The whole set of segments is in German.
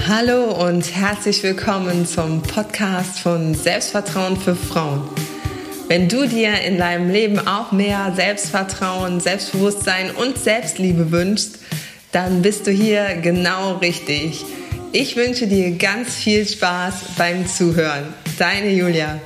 Hallo und herzlich willkommen zum Podcast von Selbstvertrauen für Frauen. Wenn du dir in deinem Leben auch mehr Selbstvertrauen, Selbstbewusstsein und Selbstliebe wünschst, dann bist du hier genau richtig. Ich wünsche dir ganz viel Spaß beim Zuhören. Deine Julia.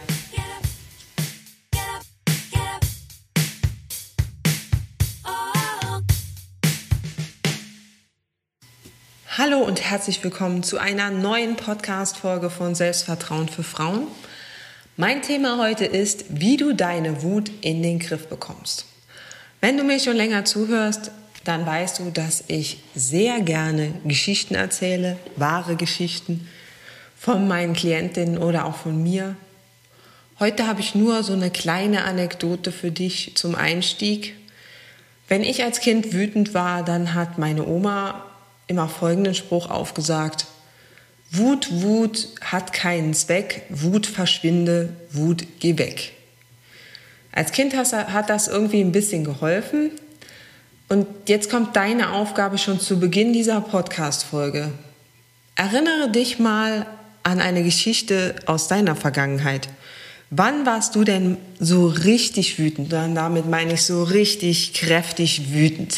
Hallo und herzlich willkommen zu einer neuen Podcast-Folge von Selbstvertrauen für Frauen. Mein Thema heute ist, wie du deine Wut in den Griff bekommst. Wenn du mir schon länger zuhörst, dann weißt du, dass ich sehr gerne Geschichten erzähle, wahre Geschichten von meinen Klientinnen oder auch von mir. Heute habe ich nur so eine kleine Anekdote für dich zum Einstieg. Wenn ich als Kind wütend war, dann hat meine Oma immer folgenden Spruch aufgesagt: Wut hat keinen Zweck, Wut verschwinde, Wut geh weg. Als Kind hat das irgendwie ein bisschen geholfen. Und jetzt kommt deine Aufgabe schon zu Beginn dieser Podcast-Folge. Erinnere dich mal an eine Geschichte aus deiner Vergangenheit. Wann warst du denn so richtig wütend? Und damit meine ich so richtig kräftig wütend.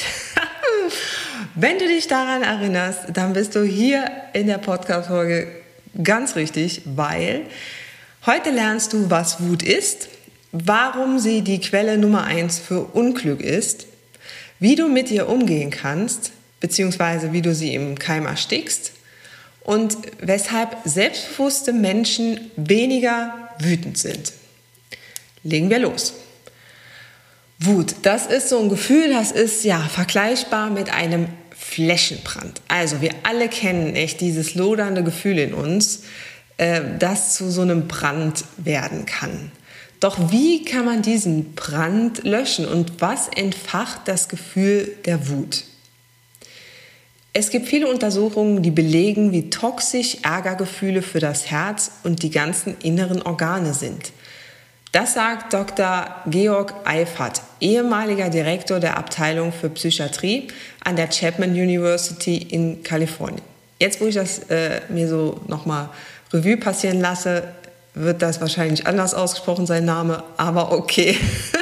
Wenn du dich daran erinnerst, dann bist du hier in der Podcast-Folge ganz richtig, weil heute lernst du, was Wut ist, warum sie die Quelle Nummer 1 für Unglück ist, wie du mit ihr umgehen kannst, beziehungsweise wie du sie im Keim erstickst und weshalb selbstbewusste Menschen weniger wütend sind. Legen wir los. Wut, das ist so ein Gefühl, das ist ja vergleichbar mit einem Flächenbrand. Also wir alle kennen echt dieses lodernde Gefühl in uns, das zu so einem Brand werden kann. Doch wie kann man diesen Brand löschen und was entfacht das Gefühl der Wut? Es gibt viele Untersuchungen, die belegen, wie toxisch Ärgergefühle für das Herz und die ganzen inneren Organe sind. Das sagt Dr. Georg Eifert, ehemaliger Direktor der Abteilung für Psychiatrie an der Chapman University in Kalifornien. Jetzt, wo ich das mir so nochmal Revue passieren lasse, wird das wahrscheinlich anders ausgesprochen, sein Name, aber okay.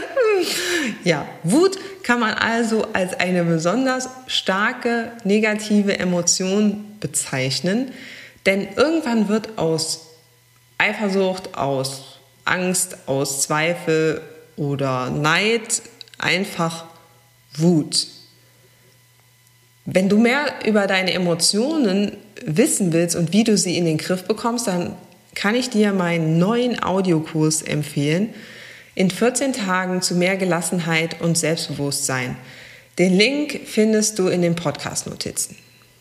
Ja, Wut kann man also als eine besonders starke negative Emotion bezeichnen, denn irgendwann wird aus Eifersucht, aus Angst, aus Zweifel oder Neid einfach Wut. Wenn du mehr über deine Emotionen wissen willst und wie du sie in den Griff bekommst, dann kann ich dir meinen neuen Audiokurs empfehlen, in 14 Tagen zu mehr Gelassenheit und Selbstbewusstsein. Den Link findest du in den Podcast-Notizen.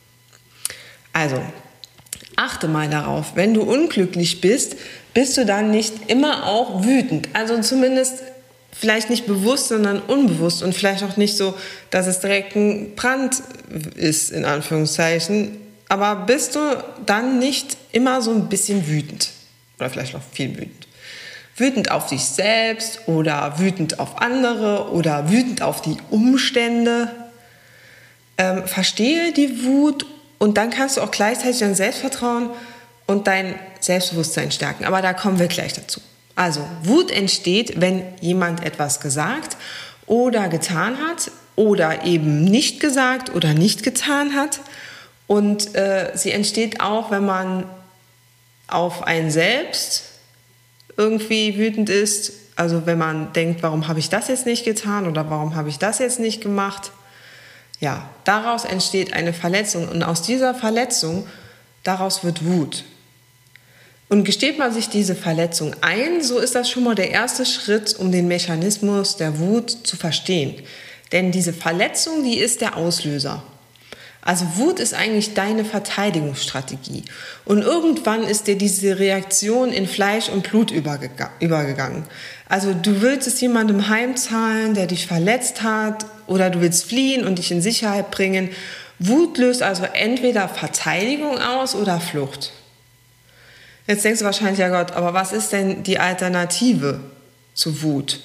Also, achte mal darauf, wenn du unglücklich bist, bist du dann nicht immer auch wütend. Also zumindest vielleicht nicht bewusst, sondern unbewusst und vielleicht auch nicht so, dass es direkt ein Brand ist, in Anführungszeichen. Aber bist du dann nicht immer so ein bisschen wütend oder vielleicht noch viel wütend? Wütend auf dich selbst oder wütend auf andere oder wütend auf die Umstände. Verstehe die Wut und dann kannst du auch gleichzeitig dein Selbstvertrauen und dein Selbstbewusstsein stärken. Aber da kommen wir gleich dazu. Also, Wut entsteht, wenn jemand etwas gesagt oder getan hat oder eben nicht gesagt oder nicht getan hat. Und sie entsteht auch, wenn man auf einen selbst irgendwie wütend ist. Also wenn man denkt, warum habe ich das jetzt nicht getan oder warum habe ich das jetzt nicht gemacht? Ja, daraus entsteht eine Verletzung und aus dieser Verletzung, daraus wird Wut. Und gesteht man sich diese Verletzung ein, so ist das schon mal der erste Schritt, um den Mechanismus der Wut zu verstehen. Denn diese Verletzung, die ist der Auslöser. Also Wut ist eigentlich deine Verteidigungsstrategie. Und irgendwann ist dir diese Reaktion in Fleisch und Blut übergegangen. Also du willst es jemandem heimzahlen, der dich verletzt hat, oder du willst fliehen und dich in Sicherheit bringen. Wut löst also entweder Verteidigung aus oder Flucht. Jetzt denkst du wahrscheinlich, ja Gott, aber was ist denn die Alternative zu Wut?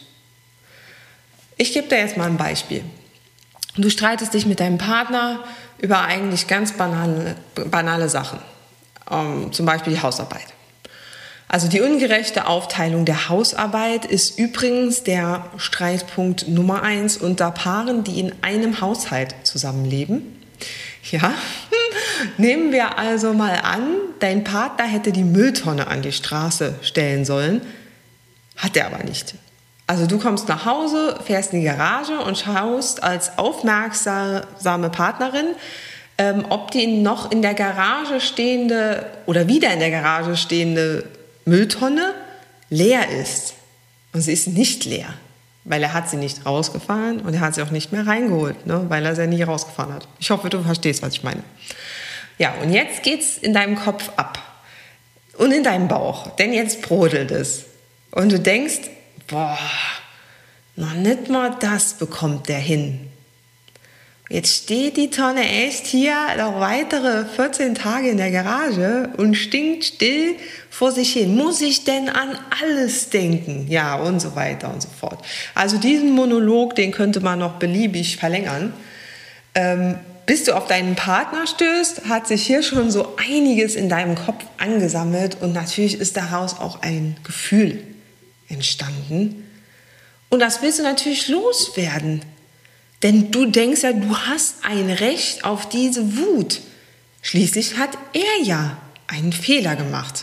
Ich gebe dir jetzt mal ein Beispiel. Du streitest dich mit deinem Partner über eigentlich ganz banale Sachen. zum Beispiel die Hausarbeit. Also die ungerechte Aufteilung der Hausarbeit ist übrigens der Streitpunkt Nummer 1 unter Paaren, die in einem Haushalt zusammenleben. Ja, nehmen wir also mal an, dein Partner hätte die Mülltonne an die Straße stellen sollen, hat er aber nicht. Also du kommst nach Hause, fährst in die Garage und schaust als aufmerksame Partnerin, ob die noch in der Garage stehende oder wieder in der Garage stehende Mülltonne leer ist. Und sie ist nicht leer, weil er hat sie nicht rausgefahren und er hat sie auch nicht mehr reingeholt, ne, weil er sie nie rausgefahren hat. Ich hoffe, du verstehst, was ich meine. Ja, und jetzt geht's in deinem Kopf ab und in deinem Bauch, denn jetzt brodelt es. Und du denkst, boah, noch nicht mal das bekommt der hin. Jetzt steht die Tonne echt hier noch weitere 14 Tage in der Garage und stinkt still vor sich hin. Muss ich denn an alles denken? Ja, und so weiter und so fort. Also diesen Monolog, den könnte man noch beliebig verlängern. Bis du auf deinen Partner stößt, hat sich hier schon so einiges in deinem Kopf angesammelt und natürlich ist daraus auch ein Gefühl entstanden. Und das willst du natürlich loswerden. Denn du denkst ja, du hast ein Recht auf diese Wut. Schließlich hat er ja einen Fehler gemacht.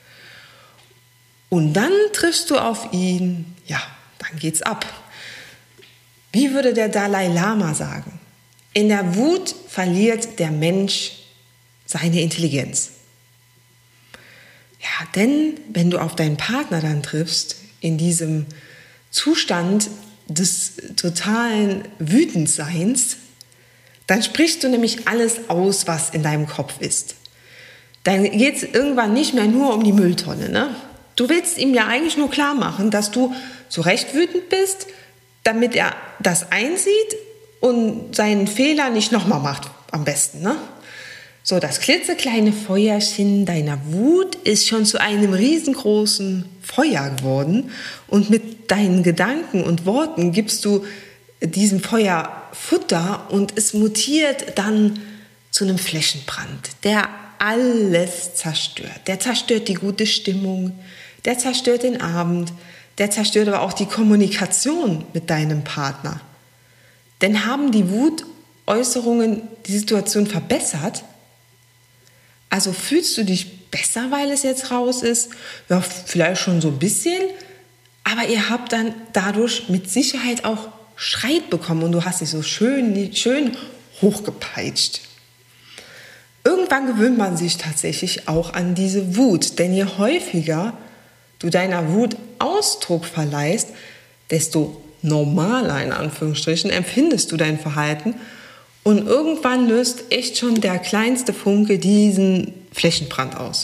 Und dann triffst du auf ihn, ja, dann geht's ab. Wie würde der Dalai Lama sagen? In der Wut verliert der Mensch seine Intelligenz. Ja, denn wenn du auf deinen Partner dann triffst, in diesem Zustand des totalen Wütendseins, dann sprichst du nämlich alles aus, was in deinem Kopf ist. Dann geht es irgendwann nicht mehr nur um die Mülltonne. Ne? Du willst ihm ja eigentlich nur klar machen, dass du zu Recht wütend bist, damit er das einsieht und seinen Fehler nicht nochmal macht, am besten. Ne? So, das klitzekleine Feuerchen deiner Wut ist schon zu einem riesengroßen Feuer geworden und mit deinen Gedanken und Worten gibst du diesem Feuer Futter und es mutiert dann zu einem Flächenbrand, der alles zerstört. Der zerstört die gute Stimmung, der zerstört den Abend, der zerstört aber auch die Kommunikation mit deinem Partner. Denn haben die Wutäußerungen die Situation verbessert? Also fühlst du dich besser, weil es jetzt raus ist? Ja, vielleicht schon so ein bisschen. Aber ihr habt dann dadurch mit Sicherheit auch Streit bekommen und du hast dich so schön hochgepeitscht. Irgendwann gewöhnt man sich tatsächlich auch an diese Wut. Denn je häufiger du deiner Wut Ausdruck verleihst, desto normaler, in Anführungsstrichen, empfindest du dein Verhalten. Und irgendwann löst echt schon der kleinste Funke diesen Flächenbrand aus.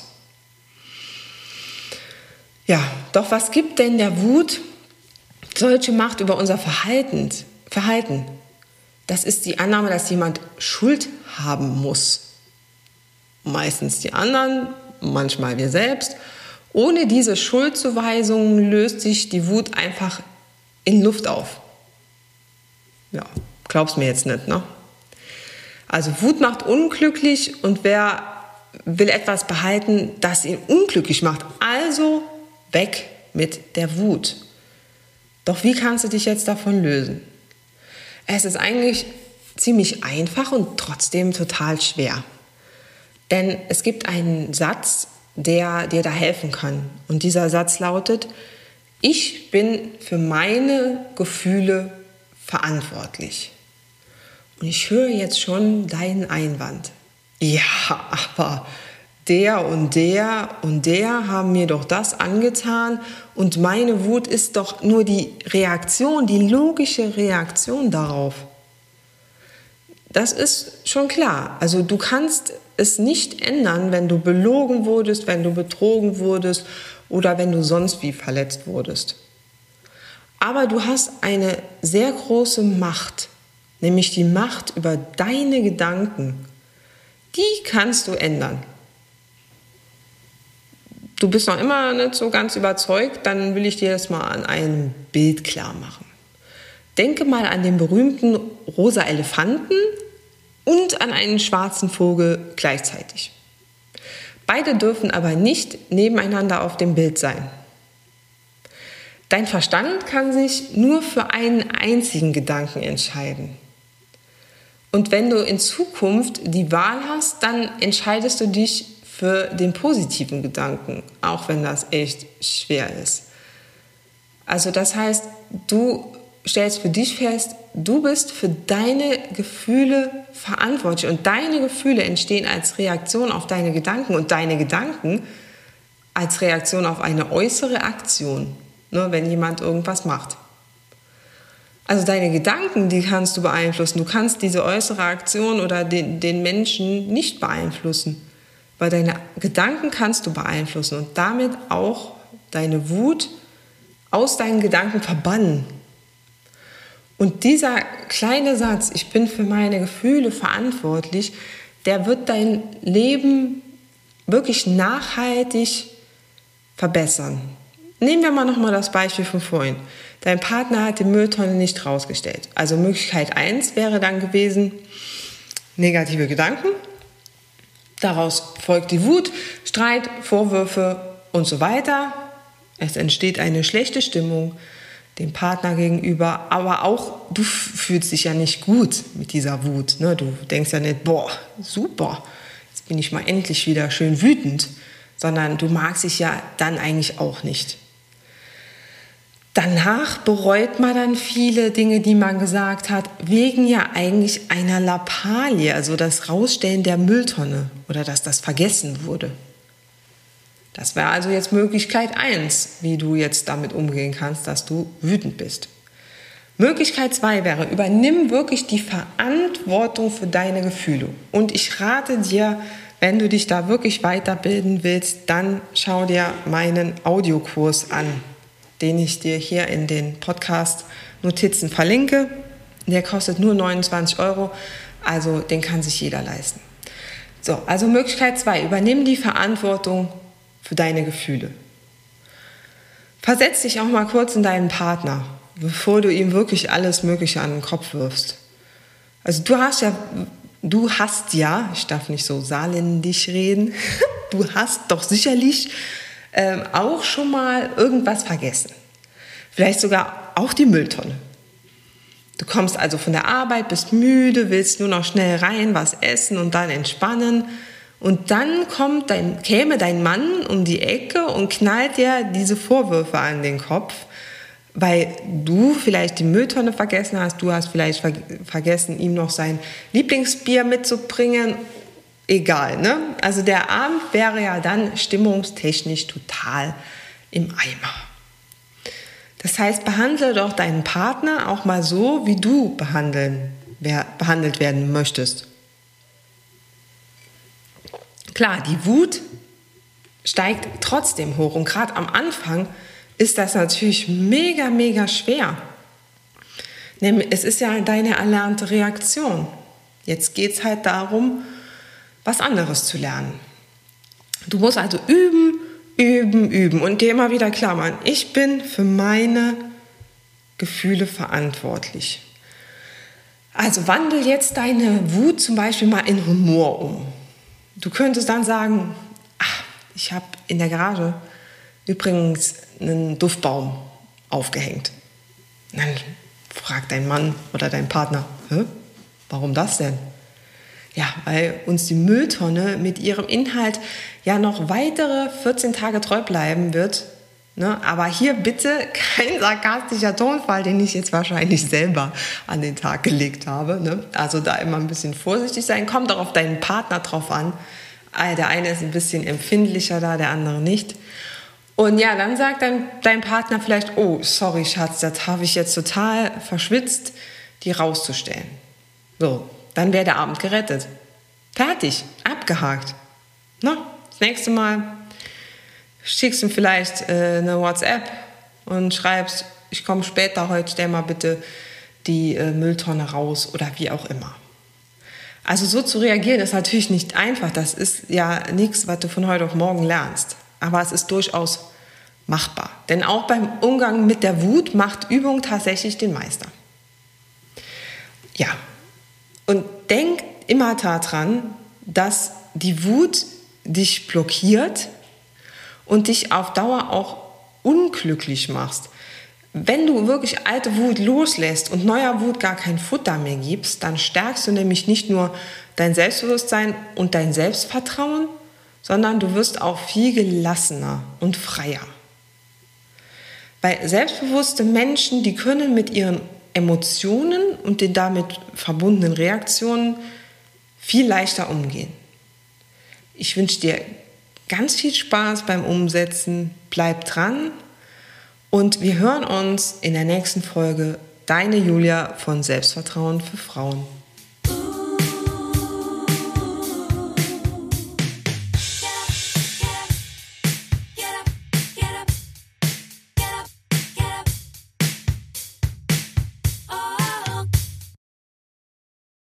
Ja, doch was gibt denn der Wut solche Macht über unser Verhalten? Das ist die Annahme, dass jemand Schuld haben muss. Meistens die anderen, manchmal wir selbst. Ohne diese Schuldzuweisung löst sich die Wut einfach in Luft auf. Ja, glaubst mir jetzt nicht, ne? Also Wut macht unglücklich und wer will etwas behalten, das ihn unglücklich macht. Also weg mit der Wut. Doch wie kannst du dich jetzt davon lösen? Es ist eigentlich ziemlich einfach und trotzdem total schwer. Denn es gibt einen Satz, der dir da helfen kann. Und dieser Satz lautet: Ich bin für meine Gefühle verantwortlich. Und ich höre jetzt schon deinen Einwand. Ja, aber der und der haben mir doch das angetan und meine Wut ist doch nur die Reaktion, die logische Reaktion darauf. Das ist schon klar. Also du kannst es nicht ändern, wenn du belogen wurdest, wenn du betrogen wurdest oder wenn du sonst wie verletzt wurdest. Aber du hast eine sehr große Macht, nämlich die Macht über deine Gedanken. Die kannst du ändern. Du bist noch immer nicht so ganz überzeugt, dann will ich dir das mal an einem Bild klar machen. Denke mal an den berühmten rosa Elefanten und an einen schwarzen Vogel gleichzeitig. Beide dürfen aber nicht nebeneinander auf dem Bild sein. Dein Verstand kann sich nur für einen einzigen Gedanken entscheiden. Und wenn du in Zukunft die Wahl hast, dann entscheidest du dich für den positiven Gedanken, auch wenn das echt schwer ist. Also das heißt, du stellst für dich fest, du bist für deine Gefühle verantwortlich und deine Gefühle entstehen als Reaktion auf deine Gedanken und deine Gedanken als Reaktion auf eine äußere Aktion, ne, wenn jemand irgendwas macht. Also deine Gedanken, die kannst du beeinflussen. Du kannst diese äußere Aktion oder den Menschen nicht beeinflussen, weil deine Gedanken kannst du beeinflussen und damit auch deine Wut aus deinen Gedanken verbannen. Und dieser kleine Satz, ich bin für meine Gefühle verantwortlich, der wird dein Leben wirklich nachhaltig verbessern. Nehmen wir mal nochmal das Beispiel von vorhin. Dein Partner hat die Mülltonne nicht rausgestellt. Also Möglichkeit 1 wäre dann gewesen, negative Gedanken. Daraus folgt die Wut, Streit, Vorwürfe und so weiter. Es entsteht eine schlechte Stimmung dem Partner gegenüber, aber auch du fühlst dich ja nicht gut mit dieser Wut. Ne? Du denkst ja nicht, boah, super, jetzt bin ich mal endlich wieder schön wütend, sondern du magst dich ja dann eigentlich auch nicht. Danach bereut man dann viele Dinge, die man gesagt hat, wegen ja eigentlich einer Lappalie, also das Rausstellen der Mülltonne oder dass das vergessen wurde. Das wäre also jetzt Möglichkeit 1, wie du jetzt damit umgehen kannst, dass du wütend bist. Möglichkeit 2 wäre, übernimm wirklich die Verantwortung für deine Gefühle. Und ich rate dir, wenn du dich da wirklich weiterbilden willst, dann schau dir meinen Audiokurs an, den ich dir hier in den Podcast-Notizen verlinke. Der kostet nur 29 €, also den kann sich jeder leisten. So, also Möglichkeit 2, übernimm die Verantwortung für deine Gefühle. Versetz dich auch mal kurz in deinen Partner, bevor du ihm wirklich alles Mögliche an den Kopf wirfst. Also du hast ja, ich darf nicht so saarländisch reden, du hast doch sicherlich auch schon mal irgendwas vergessen. Vielleicht sogar auch die Mülltonne. Du kommst also von der Arbeit, bist müde, willst nur noch schnell rein, was essen und dann entspannen. Und dann käme dein Mann um die Ecke und knallt dir diese Vorwürfe an den Kopf, weil du vielleicht die Mülltonne vergessen hast, du hast vielleicht vergessen, ihm noch sein Lieblingsbier mitzubringen. Egal, ne? Also der Abend wäre ja dann stimmungstechnisch total im Eimer. Das heißt, behandle doch deinen Partner auch mal so, wie du behandelt werden möchtest. Klar, die Wut steigt trotzdem hoch und gerade am Anfang ist das natürlich mega, mega schwer. Es ist ja deine erlernte Reaktion. Jetzt geht es halt darum, was anderes zu lernen. Du musst also üben und dir immer wieder klar machen, ich bin für meine Gefühle verantwortlich. Also wandel jetzt deine Wut zum Beispiel mal in Humor um. Du könntest dann sagen, ich habe in der Garage übrigens einen Duftbaum aufgehängt. Und dann fragt dein Mann oder dein Partner, warum das denn? Ja, weil uns die Mülltonne mit ihrem Inhalt ja noch weitere 14 Tage treu bleiben wird. Ne? Aber hier bitte kein sarkastischer Tonfall, den ich jetzt wahrscheinlich selber an den Tag gelegt habe. Ne? Also da immer ein bisschen vorsichtig sein. Kommt auch auf deinen Partner drauf an. Der eine ist ein bisschen empfindlicher da, der andere nicht. Und ja, dann sagt dein Partner vielleicht, oh, sorry Schatz, das habe ich jetzt total verschwitzt, die rauszustellen. So, dann wäre der Abend gerettet. Fertig, abgehakt. Na, das nächste Mal schickst du ihm vielleicht eine WhatsApp und schreibst, ich komme später heute, stell mal bitte die Mülltonne raus oder wie auch immer. Also so zu reagieren ist natürlich nicht einfach. Das ist ja nichts, was du von heute auf morgen lernst. Aber es ist durchaus machbar. Denn auch beim Umgang mit der Wut macht Übung tatsächlich den Meister. Ja, und denk immer daran, dass die Wut dich blockiert und dich auf Dauer auch unglücklich machst. Wenn du wirklich alte Wut loslässt und neuer Wut gar kein Futter mehr gibst, dann stärkst du nämlich nicht nur dein Selbstbewusstsein und dein Selbstvertrauen, sondern du wirst auch viel gelassener und freier. Weil selbstbewusste Menschen, die können mit ihren Emotionen und den damit verbundenen Reaktionen viel leichter umgehen. Ich wünsche dir ganz viel Spaß beim Umsetzen, bleib dran und wir hören uns in der nächsten Folge. Deine Julia von Selbstvertrauen für Frauen.